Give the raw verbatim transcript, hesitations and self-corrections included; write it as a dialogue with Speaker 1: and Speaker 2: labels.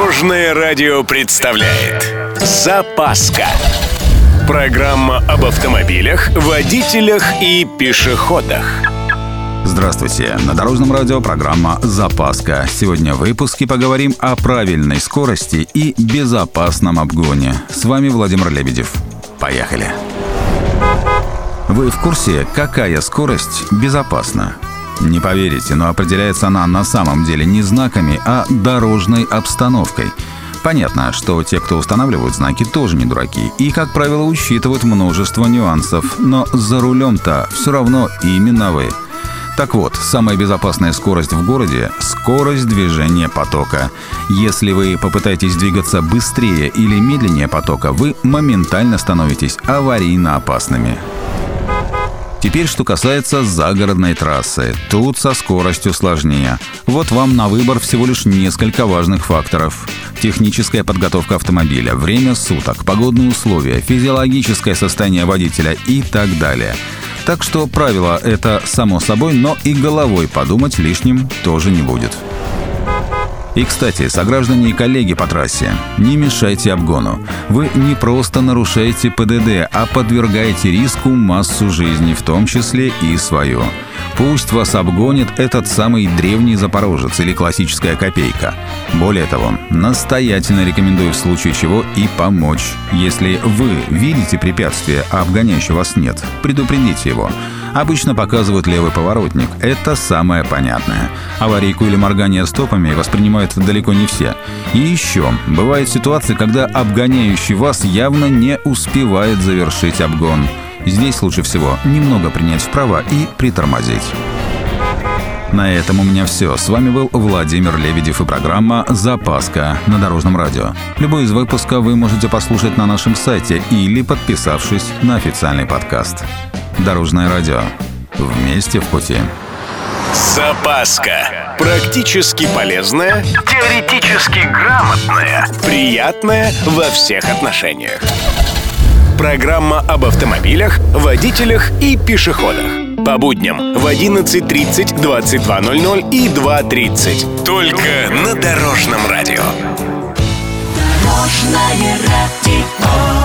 Speaker 1: Дорожное радио представляет «Запаска». Программа об автомобилях, водителях и пешеходах.
Speaker 2: Здравствуйте! На Дорожном радио программа «Запаска». Сегодня в выпуске поговорим о правильной скорости и безопасном обгоне. С вами Владимир Лебедев. Поехали! Вы в курсе, какая скорость безопасна? Не поверите, но определяется она на самом деле не знаками, а дорожной обстановкой. Понятно, что те, кто устанавливают знаки, тоже не дураки и, как правило, учитывают множество нюансов, но за рулем-то все равно именно вы. Так вот, самая безопасная скорость в городе – скорость движения потока. Если вы попытаетесь двигаться быстрее или медленнее потока, вы моментально становитесь аварийно опасными. Теперь, что касается загородной трассы. Тут со скоростью сложнее. Вот вам на выбор всего лишь несколько важных факторов. Техническая подготовка автомобиля, время суток, погодные условия, физиологическое состояние водителя и так далее. Так что правило это само собой, но и головой подумать лишним тоже не будет. И, кстати, сограждане и коллеги по трассе, не мешайте обгону. Вы не просто нарушаете ПДД, а подвергаете риску массу жизней, в том числе и свою. Пусть вас обгонит этот самый древний запорожец или классическая копейка. Более того, настоятельно рекомендую в случае чего и помочь. Если вы видите препятствие, а обгоняющего вас нет, предупредите его. Обычно показывают левый поворотник. Это самое понятное. Аварийку или моргание стопами воспринимают далеко не все. И еще, бывают ситуации, когда обгоняющий вас явно не успевает завершить обгон. Здесь лучше всего немного принять вправо и притормозить. На этом у меня все. С вами был Владимир Лебедев и программа «Запаска» на Дорожном радио. Любой из выпусков вы можете послушать на нашем сайте или подписавшись на официальный подкаст. Дорожное радио. Вместе в пути.
Speaker 1: Запаска. Практически полезная, теоретически грамотная, приятная во всех отношениях. Программа об автомобилях, водителях и пешеходах. По будням в одиннадцать тридцать, двадцать два ноль ноль и два тридцать. Только на Дорожном радио.
Speaker 3: Дорожное радио.